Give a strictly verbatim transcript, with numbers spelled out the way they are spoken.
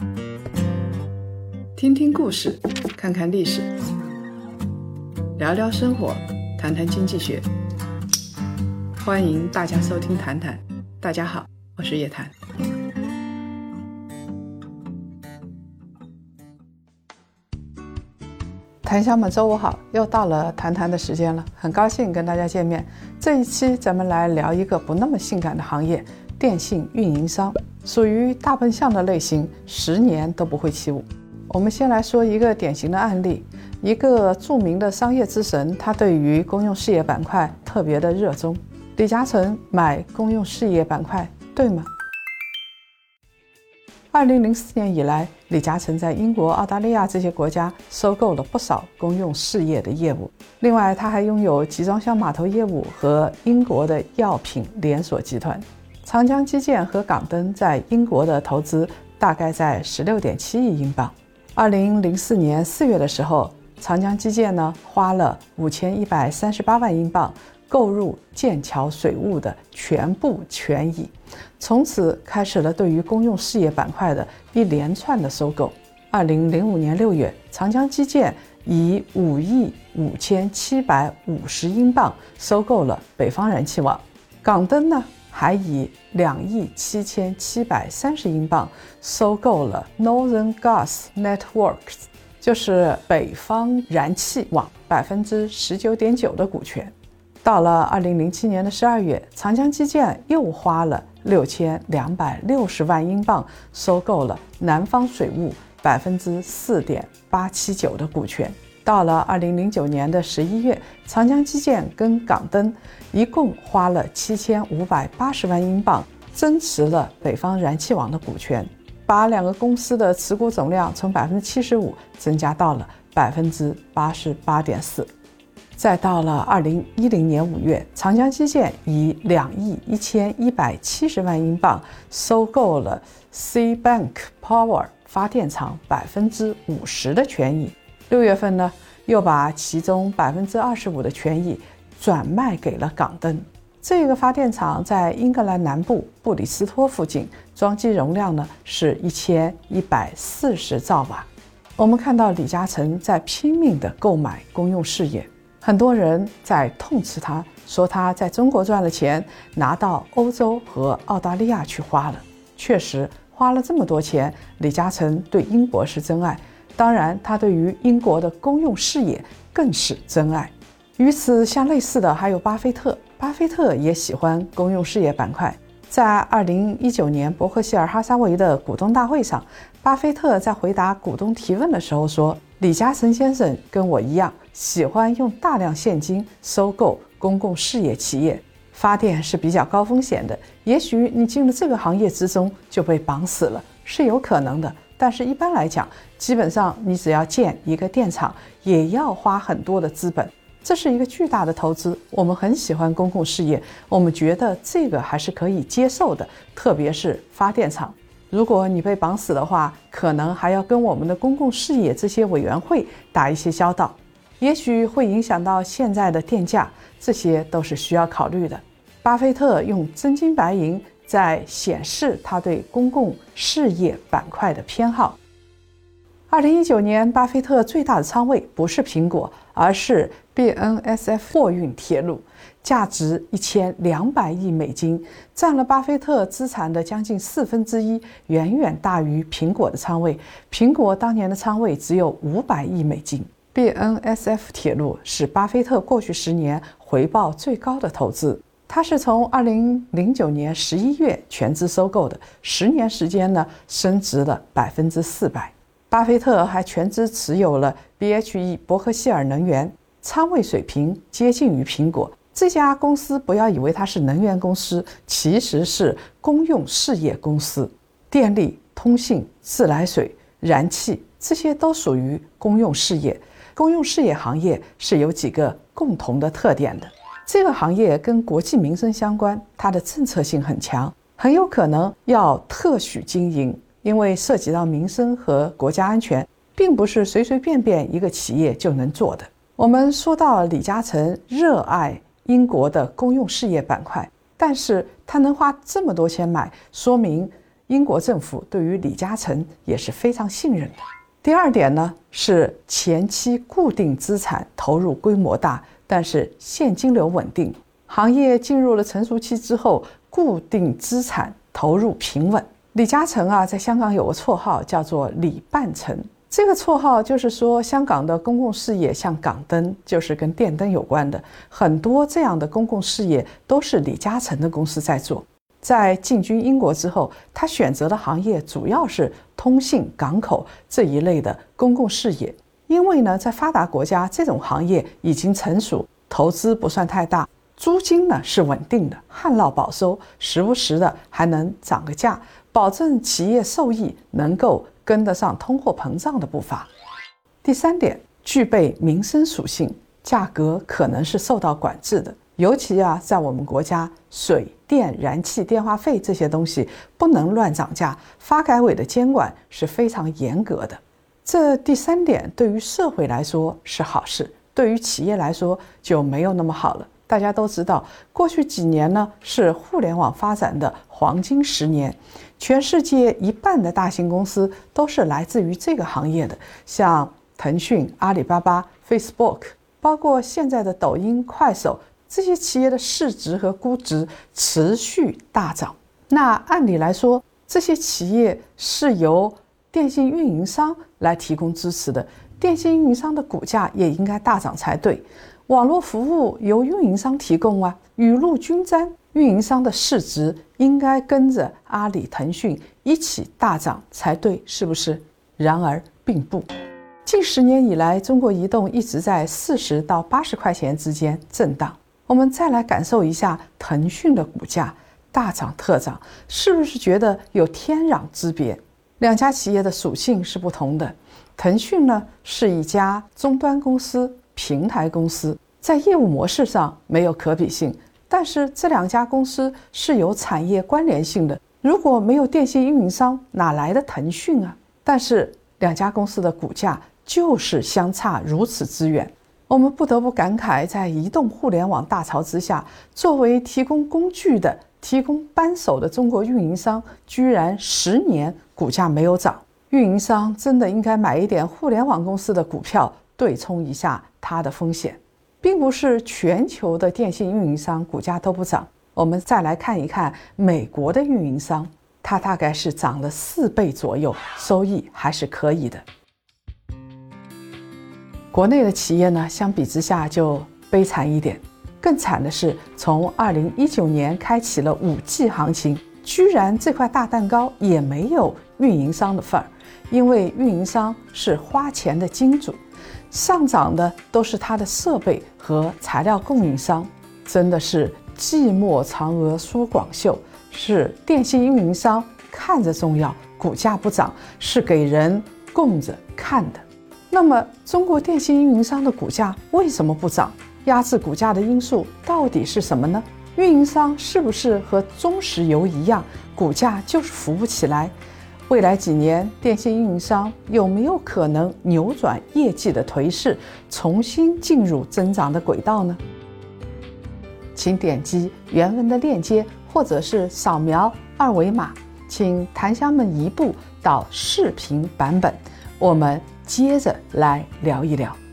听听故事，看看历史，聊聊生活，谈谈经济学。欢迎大家收听谈谈。大家好，我是叶檀。檀香们，周五好，又到了谈谈的时间了，很高兴跟大家见面。这一期咱们来聊一个不那么性感的行业——电信运营商，属于大笨象的类型，十年都不会起舞。我们先来说一个典型的案例，一个著名的商业之神，他对于公用事业板块特别的热衷。李嘉诚买公用事业板块，对吗？二零零四年以来，李嘉诚在英国、澳大利亚这些国家收购了不少公用事业的业务。另外，他还拥有集装箱码头业务和英国的药品连锁集团。长江基建和港灯在英国的投资大概在 十六点七亿英镑。二零零四年四月的时候，长江基建呢花了五千一百三十八万英镑购入剑桥水务的全部权益，从此开始了对于公用事业板块的一连串的收购。二零零五年六月，长江基建以五亿五千七百五十英镑收购了北方燃气网，港灯呢还以两亿七千七百三十英镑收购了 Northern Gas Networks， 就是北方燃气网百分之十九点九的股权。到了二零零七年的十二月，长江基建又花了六千两百六十万英镑收购了南方水务百分之四点八七九的股权。到了二零零九年的十一月，长江基建跟港灯一共花了七千五百八十万英镑增持了北方燃气网的股权，把两个公司的持股总量从百分之七十五增加到了百分之八十八点四。再到了二零一零年五月，长江基建以两亿一千一百七十万英镑收购了 Seabank Power 发电厂百分之五十的权益。六月份呢，又把其中百分之二十五的权益转卖给了港灯。这个发电厂在英格兰南部布里斯托附近，装机容量呢是一千一百四十兆瓦。我们看到李嘉诚在拼命的购买公用事业，很多人在痛斥他，说他在中国赚了钱，拿到欧洲和澳大利亚去花了。确实花了这么多钱，李嘉诚对英国是真爱，当然他对于英国的公用事业更是真爱。与此相类似的还有巴菲特，巴菲特也喜欢公用事业板块。在二零一九年伯克希尔哈撒韦的股东大会上，巴菲特在回答股东提问的时候说，李嘉诚先生跟我一样，喜欢用大量现金收购公共事业企业。发电是比较高风险的，也许你进了这个行业之中就被绑死了，是有可能的。但是一般来讲，基本上你只要建一个电厂，也要花很多的资本，这是一个巨大的投资。我们很喜欢公共事业，我们觉得这个还是可以接受的，特别是发电厂。如果你被绑死的话，可能还要跟我们的公共事业这些委员会打一些交道，也许会影响到现在的电价，这些都是需要考虑的。巴菲特用真金白银在显示他对公共事业板块的偏好。二零一九年，巴菲特最大的仓位不是苹果，而是 B N S F 货运铁路，价值一千两百亿美金，占了巴菲特资产的将近四分之一，远远大于苹果的仓位。苹果当年的仓位只有五百亿美金。B N S F 铁路是巴菲特过去十年回报最高的投资。它是从二零零九年十一月全资收购的，十年时间呢，升值了百分之四百。巴菲特还全资持有了 B H E 伯克希尔能源，仓位水平接近于苹果。这家公司不要以为它是能源公司，其实是公用事业公司，电力、通信、自来水、燃气，这些都属于公用事业。公用事业行业是有几个共同的特点的。这个行业跟国计民生相关，它的政策性很强，很有可能要特许经营，因为涉及到民生和国家安全，并不是随随便便一个企业就能做的。我们说到李嘉诚热爱英国的公用事业板块，但是他能花这么多钱买，说明英国政府对于李嘉诚也是非常信任的。第二点呢，是前期固定资产投入规模大，但是现金流稳定。行业进入了成熟期之后，固定资产投入平稳。李嘉诚啊，在香港有个绰号叫做李半城，这个绰号就是说香港的公共事业像港灯，就是跟电灯有关的，很多这样的公共事业都是李嘉诚的公司在做。在进军英国之后，他选择的行业主要是通信、港口这一类的公共事业，因为呢，在发达国家这种行业已经成熟，投资不算太大，租金呢是稳定的，旱涝保收，时不时的还能涨个价，保证企业受益能够跟得上通货膨胀的步伐。第三点，具备民生属性，价格可能是受到管制的，尤其啊，在我们国家，水电、燃气、电话费这些东西不能乱涨价，发改委的监管是非常严格的。这第三点对于社会来说是好事，对于企业来说就没有那么好了。大家都知道，过去几年呢是互联网发展的黄金十年，全世界一半的大型公司都是来自于这个行业的，像腾讯、阿里巴巴、Facebook， 包括现在的抖音、快手，这些企业的市值和估值持续大涨。那按理来说，这些企业是由电信运营商来提供支持的，电信运营商的股价也应该大涨才对。网络服务由运营商提供啊，雨露均沾，运营商的市值应该跟着阿里、腾讯一起大涨才对，是不是？然而并不。近十年以来，中国移动一直在四十到八十块钱之间震荡。我们再来感受一下腾讯的股价大涨特涨，是不是觉得有天壤之别？两家企业的属性是不同的。腾讯呢是一家终端公司、平台公司，在业务模式上没有可比性，但是这两家公司是有产业关联性的。如果没有电信运营商，哪来的腾讯啊？但是两家公司的股价就是相差如此之远。我们不得不感慨，在移动互联网大潮之下，作为提供工具的、提供扳手的中国运营商，居然十年股价没有涨。运营商真的应该买一点互联网公司的股票，对冲一下它的风险。并不是全球的电信运营商股价都不涨。我们再来看一看美国的运营商，它大概是涨了四倍左右，收益还是可以的。国内的企业呢，相比之下就悲惨一点。更惨的是，从二零一九年开启了 五 G 行情，居然这块大蛋糕也没有运营商的份儿，因为运营商是花钱的金主，上涨的都是它的设备和材料供应商，真的是寂寞嫦娥说广袖，是电信运营商看着重要，股价不涨，是给人供着看的。那么中国电信运营商的股价为什么不涨？压制股价的因素到底是什么呢？运营商是不是和中石油一样，股价就是扶不起来？未来几年，电信运营商有没有可能扭转业绩的颓势，重新进入增长的轨道呢？请点击原文的链接，或者是扫描二维码，请檀香们移步到视频版本，我们接着来聊一聊。